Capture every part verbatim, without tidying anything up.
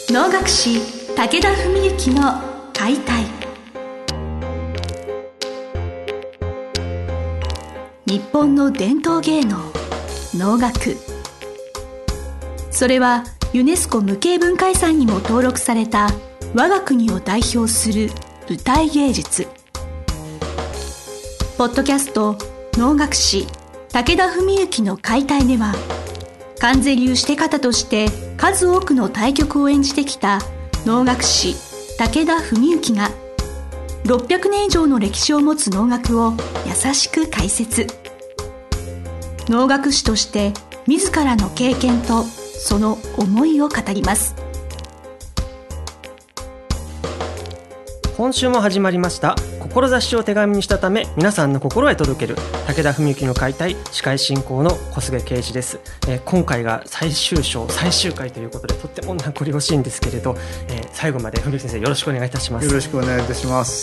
能楽師武田文幸の解体。日本の伝統芸能能楽、それはユネスコ無形文化遺産にも登録された我が国を代表する舞台芸術。ポッドキャスト能楽師武田文幸の解体では、観世流して方として数多くの大曲を演じてきた能楽師武田文幸がろっぴゃくねん以上の歴史を持つ能楽を優しく解説。能楽師として自らの経験とその思いを語ります。 今週も始まりました志を手紙にしたため皆さんの心へ届ける武田文幸の解体、司会進行の小菅圭一です。えー、今回が最終章最終回ということでとっても名残惜しいんですけれど、えー、最後まで文幸先生よろしくお願いいたします。 よろしくお願いいたします。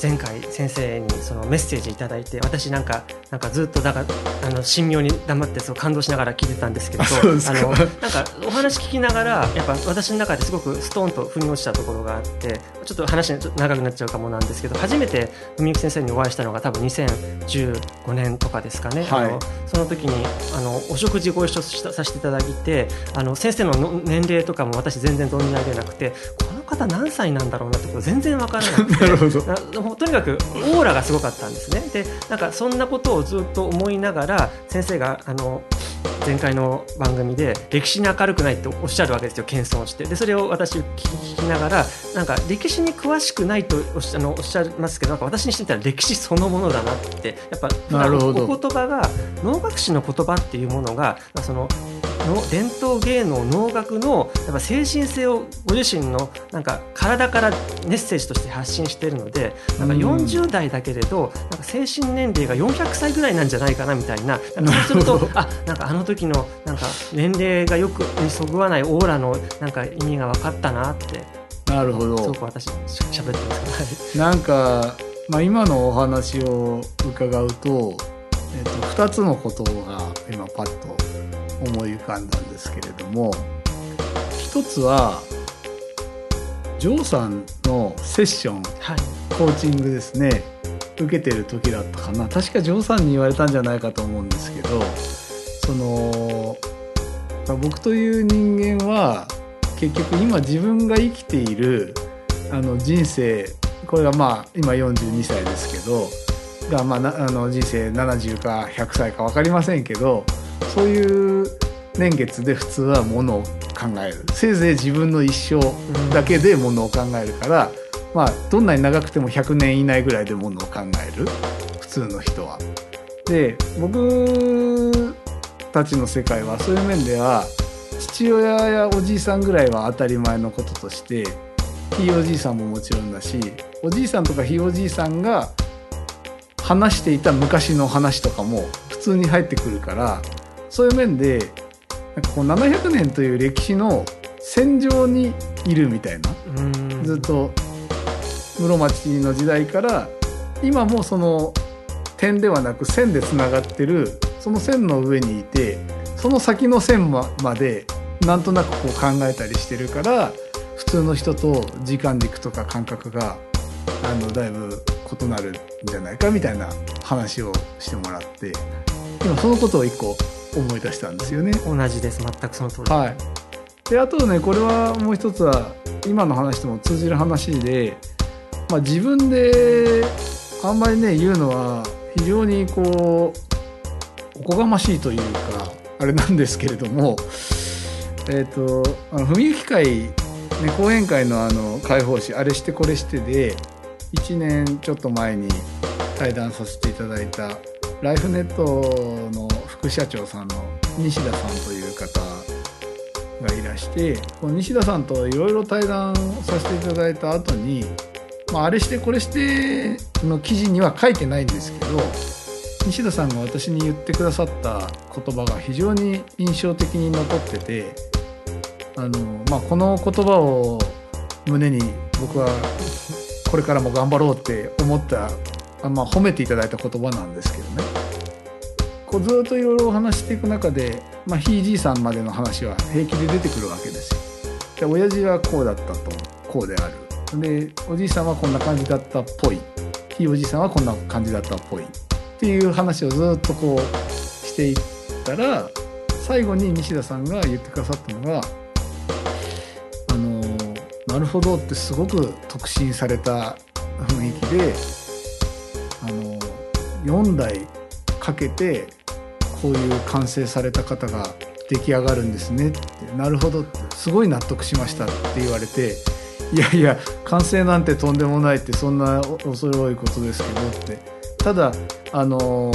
えー、前回先生にそのメッセージいただいて、私なんかなんかずっとだからあの神妙に黙ってそう感動しながら聞いてたんですけれど、あのなんかお話聞きながらやっぱ私の中ですごくストーンと腑に落ちたところがあって、ちょっと話長くなっちゃうかもなんですけど、初めて文幸先生にお会いしたのが多分にせんじゅうごねんとかですかね。はい、あのその時にあのお食事ご一緒したさせていただいて、あの先生のの年齢とかも私全然存じ上げなくて、この方何歳なんだろうなってこと全然わからなくてなるほど。なとにかくオーラがすごかったんですね。でなんかそんなことをずっと思いながら、先生があの前回の番組で歴史に明るくないっておっしゃるわけですよ、謙遜して。でそれを私聞きながら、なんか歴史に詳しくないとおっしゃ、あのおっしゃいますけど、なんか私にしてみたら歴史そのものだなって、やっぱお言葉が能楽師の言葉っていうものが、そのの伝統芸能能楽のやっぱ精神性をご自身のなんか体からメッセージとして発信しているので、なんかよんじゅう代だけれどなんか精神年齢がよんひゃくさいぐらいなんじゃないかなみたいな、そうするとあなんかあの時のなんか年齢がよくにそぐわないオーラのなんか意味が分かったなって。 なるほど。 すごく私喋ってますけど、なんか、まあ、今のお話を伺うと、えっと、ふたつのことが今パッと思い浮かんだんですけれども、一つはジョーさんのセッション、はい、コーチングですね、受けてる時だったかな。確かジョーさんに言われたんじゃないかと思うんですけど、その僕という人間は結局今自分が生きているあの人生、これがまあ今よんじゅうにさいですけどが、まあ、あの人生ななじゅうかひゃくさいか分かりませんけど、そういう年月で普通はものを考える。せいぜい自分の一生だけでものを考えるから、うん、まあどんなに長くてもひゃくねん以内ぐらいでものを考える、普通の人は。で、僕たちの世界はそういう面では父親やおじいさんぐらいは当たり前のこととして、ひいおじいさんももちろんだし、おじいさんとかひいおじいさんが話していた昔の話とかも普通に入ってくるから、そういう面でなんかこうななひゃくねんという歴史の戦場にいるみたいな、うんずっと室町の時代から今もその点ではなく線でつながってる、その線の上にいて、その先の線までなんとなくこう考えたりしてるから、普通の人と時間軸とか感覚があのだいぶ異なるんじゃないかみたいな話をしてもらって、今そのことを一個思い出したんですよね。 同じです、全くその通り。 はい。であとね、これはもう一つは今の話とも通じる話で、まあ、自分であんまりね言うのは非常にこうおこがましいというかあれなんですけれども、えっとあの文幸会、ね、講演会のあの開放誌あれしてこれしてでいちねんちょっと前に対談させていただいたライフネットの副社長さんの西田さんという方がいらして、この西田さんといろいろ対談させていただいた後に、まあ、あれしてこれしての記事には書いてないんですけど、西田さんが私に言ってくださった言葉が非常に印象的に残ってて、あの、まあ、この言葉を胸に僕はこれからも頑張ろうって思った、まあ、褒めていただいた言葉なんですけどね、こうずっといろいろお話していく中で、まあ、ひいじいさんまでの話は平気で出てくるわけですよ。 で親父はこうだったと、こうである、でおじいさんはこんな感じだったっぽい、ひいおじいさんはこんな感じだったっぽいっていう話をずっとこうしていったら、最後に西田さんが言ってくださったのが、あのなるほどってすごく特進された雰囲気で、あのよんだいかけてこういう完成された方が出来上がるんですねって、なるほどってすごい納得しましたって言われて、いやいや完成なんてとんでもないって、そんな恐れ多いことですけどって、ただあの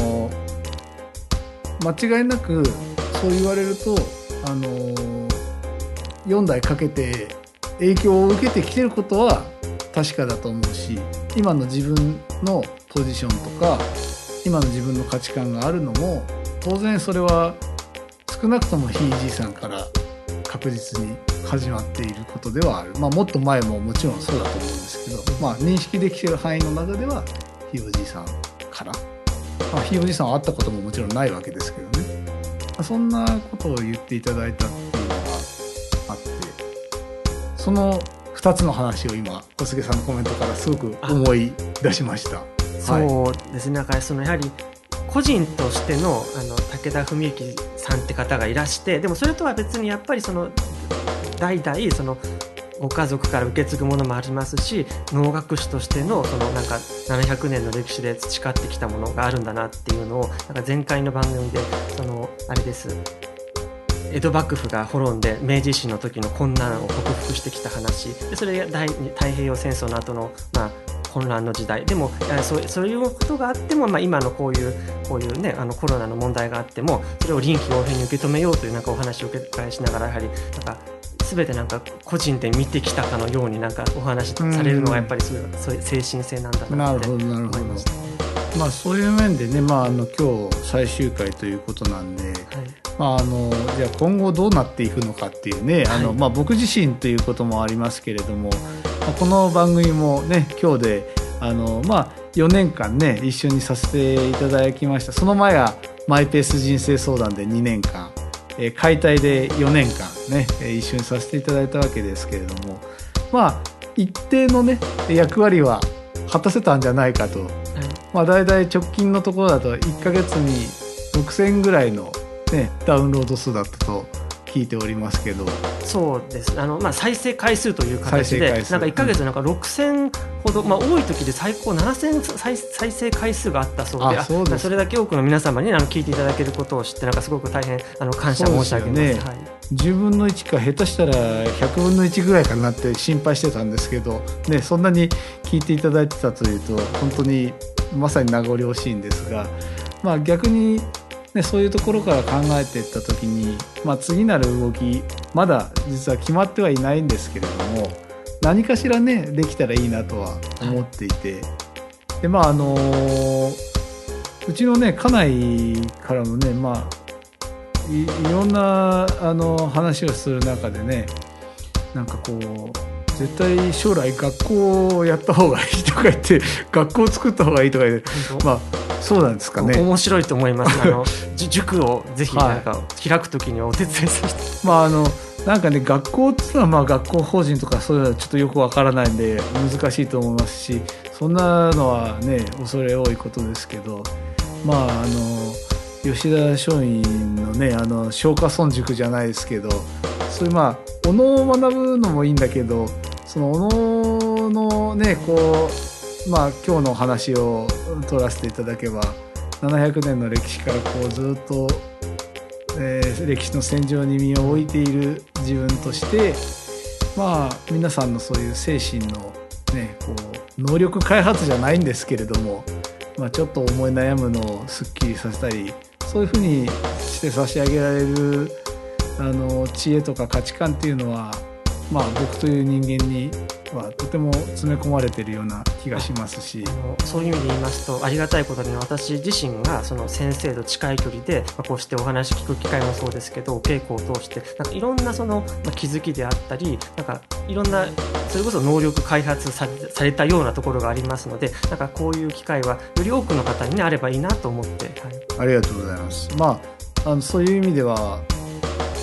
間違いなくそう言われると、あのよんだいかけて影響を受けてきてることは確かだと思うし、今の自分のポジションとか今の自分の価値観があるのも当然それは少なくともひいじいさんから確実に始まっていることではある。まあもっと前ももちろんそうだと思うんですけど、まあ認識できている範囲の中ではひいおじいさんから、まあ、ひいおじいさんは会ったことももちろんないわけですけどね、まあ、そんなことを言っていただいたっていうのがあって、そのふたつの話を今小菅さんのコメントからすごく思い出しました。 そうですね、なんかそのやはり個人としての、あの武田文幸さんって方がいらして、でもそれとは別にやっぱりその代々そのご家族から受け継ぐものもありますし、能楽師としてのそのなんかななひゃくねんの歴史で培ってきたものがあるんだなっていうのを、なんか前回の番組でそのあれです、江戸幕府が滅んで明治維新の時の困難を克服してきた話で、それが大太平洋戦争の後のまあ混乱の時代でも、そう、そういうことがあっても、まあ、今のこういうこういうね、あのコロナの問題があってもそれを臨機応変に受け止めようというなんかお話を受け返しながら、やはりなんか全てなんか個人で見てきたかのようになんかお話しされるのがやっぱりそういう、そういう精神性なんだなって思いましたね。 まあ、そういう面でね、まあ、あの今日最終回ということなんで、はい、まあ、あのじゃあ今後どうなっていくのかっていうね、あの、まあ、僕自身ということもありますけれども、まあ、この番組もね今日であの、まあ、よねんかんね一緒にさせていただきました。その前はマイペース人生相談でにねんかん、えー、解体でよねんかんね一緒にさせていただいたわけですけれども、まあ一定のね役割は果たせたんじゃないかと、はい、まあ、だいたい直近のところだといっかげつにろくせんぐらいの、ね、ダウンロード数だったと聞いておりますけど。 そうです、あの、まあ、再生回数という形でなんかいっかげつなんかろくせんほど、うん、まあ、多い時で最高ななせん再, 再生回数があったそうで、あ、そうです。それだけ多くの皆様にあの聞いていただけることを知ってなんかすごく大変あの感謝申し上げます。ね、はい、 じゅうぶんのいちか下手したらひゃくぶんのいちぐらいかなって心配してたんですけど、ね、そんなに聞いていただいてたというと本当にまさに名残惜しいんですが、まあ、逆にね、そういうところから考えていったときに、まあ、次なる動きまだ実は決まってはいないんですけれども、何かしらねできたらいいなとは思っていて、で、まああのー、うちのね家内からもね、まあ、い, いろんなあの話をする中でね、なんかこう絶対将来学校をやった方がいいとか言って学校を作った方がいいとか言って、まあそうなんですかね。 面白いと思います。あの塾をぜひなんか開くときにはお手伝いさせて、 はい、まああのなんかね学校っていうのはまあ学校法人とかそういうのはちょっとよくわからないんで難しいと思いますし、そんなのはね恐れ多いことですけど、まああの吉田松陰のねあの松下村塾じゃないですけど、そういうまあお能を学ぶのもいいんだけど、そのお能のねこうまあ今日の話を取らせていただけばななひゃくねんの歴史からこうずっと、えー、歴史の戦場に身を置いている自分として、まあ皆さんのそういう精神のねこう能力開発じゃないんですけれども、まあ、ちょっと思い悩むのをすっきりさせたり、そういうふうにして差し上げられるあの知恵とか価値観っていうのは、まあ、僕という人間にはとても詰め込まれているような気がしますし、 あのそういう意味で言いますとありがたいことに私自身がその先生と近い距離で、まあ、こうしてお話聞く機会もそうですけど、お稽古を通してなんかいろんなその、まあ、気づきであったり、なんかいろんなそれこそ能力開発さ れ, されたようなところがありますので、なんかこういう機会はより多くの方に、ね、あればいいなと思って、はい、 ありがとうございます。まあ、あのそういう意味では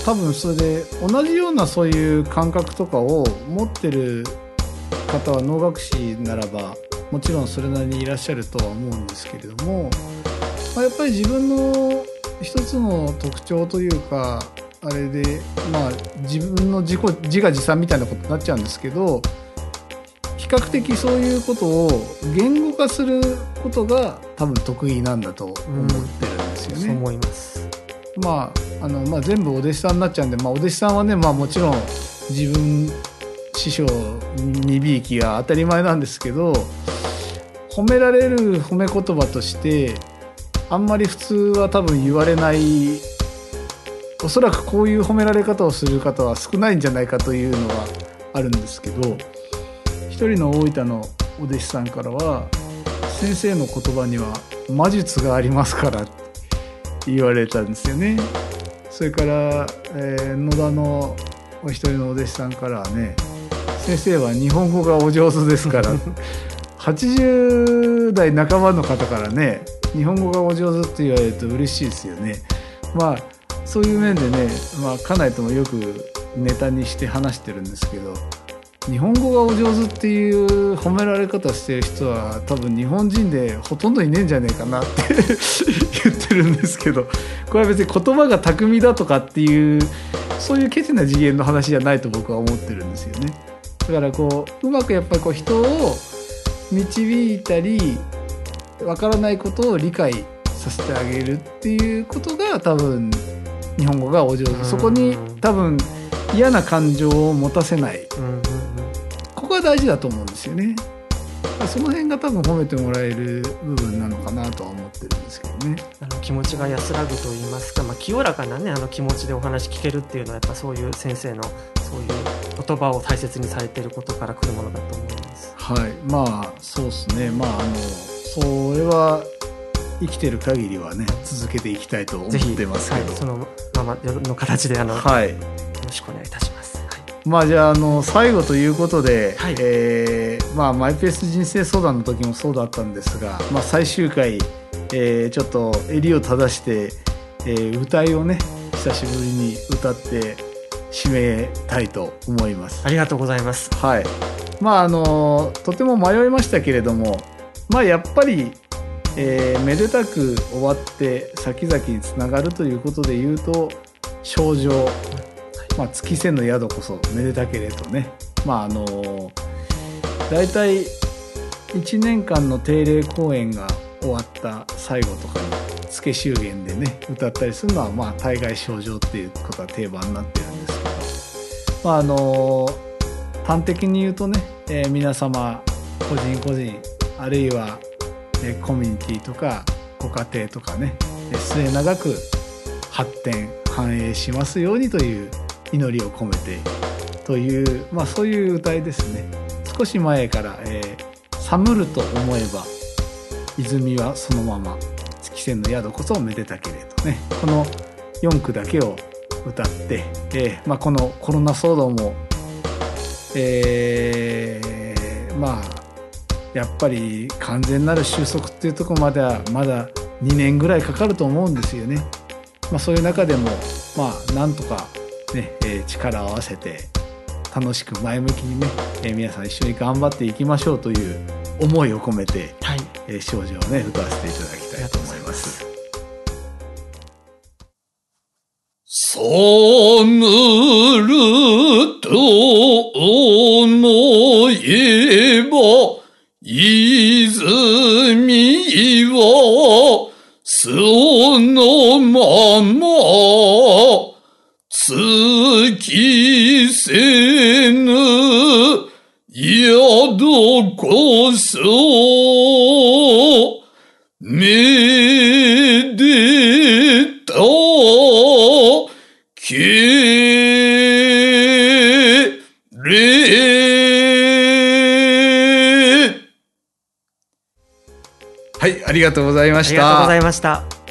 多分それで同じようなそういう感覚とかを持ってる方は能楽師ならばもちろんそれなりにいらっしゃるとは思うんですけれども、まあ、やっぱり自分の一つの特徴というかあれで、まあ、自分の自己自画自賛みたいなことになっちゃうんですけど、比較的そういうことを言語化することが多分得意なんだと思ってるんですよね。 うん、そう思います。 まああのまあ、全部お弟子さんになっちゃうんで、まあ、お弟子さんはね、まあ、もちろん自分師匠にびいきが当たり前なんですけど、褒められる褒め言葉としてあんまり普通は多分言われない、おそらくこういう褒められ方をする方は少ないんじゃないかというのはあるんですけど、一人の大分のお弟子さんからは先生の言葉には魔術がありますからって言われたんですよね。それから、えー、野田のお一人のお弟子さんからはね、先生は日本語がお上手ですからはちじゅう代半ばの方からね日本語がお上手って言われると嬉しいですよね。まあそういう面でね、まあ、家内ともよくネタにして話してるんですけど、日本語がお上手っていう褒められ方してる人は多分日本人でほとんどいねえんじゃねえかなって言ってるんですけど、これは別に言葉が巧みだとかっていうそういうケチな次元の話じゃないと僕は思ってるんですよね。だからこううまくやっぱりこう人を導いたりわからないことを理解させてあげるっていうことが多分日本語がお上手、そこに多分嫌な感情を持たせない、ここが大事だと思うんですよね。その辺が多分褒めてもらえる部分なのかなとは思ってるんですけどね。 あの気持ちが安らぐと言いますか、まあ、清らかな、ね、あの気持ちでお話聞けるっていうのはやっぱそういう先生のそういう言葉を大切にされていることから来るものだと思います。 はい、まあそうですね。まああのそれは生きてる限りはね続けていきたいと思ってますけど、 はい、そのままの形であの、はい、よろしくお願いいたします。はい、 まあじゃあ、あの最後ということで、 はい、 えーまあ、マイペース人生相談の時もそうだったんですが、まあ、最終回、えー、ちょっと襟を正して、えー、歌いをね久しぶりに歌って締めたいと思います。 ありがとうございます。 はい、まああのとても迷いましたけれども、まあやっぱりえー、めでたく終わって先々につながるということで言うと症状、まあ、月瀬の宿こそめでたけれどね、まああのー、だいたいいちねんかんの定例公演が終わった最後とかに付け祝言でね歌ったりするのはまあ大概症状っていうことは定番になってるんですけど、まああのー、端的に言うとね、えー、皆様個人個人あるいはコミュニティとかご家庭とかね末永く発展繁栄しますようにという祈りを込めてという、まあ、そういう歌いですね。少し前から、えー、寒ると思えば泉はそのまま月瀬の宿こそめでたけれどね、このよんくだけを歌って、えーまあ、このコロナ騒動も、えー、まあやっぱり完全なる収束っていうところまではまだにねんぐらいかかると思うんですよね。まあ、そういう中でもまあなんとかね、えー、力を合わせて楽しく前向きにね、えー、皆さん一緒に頑張っていきましょうという思いを込めて、はい、えー、少女をね歌わせていただきたいと思います。 寒ると思えば泉はそのまま月瀬ぬ宿こそめでたけれ。 はい、ありがとうございました。 ありがとうございました。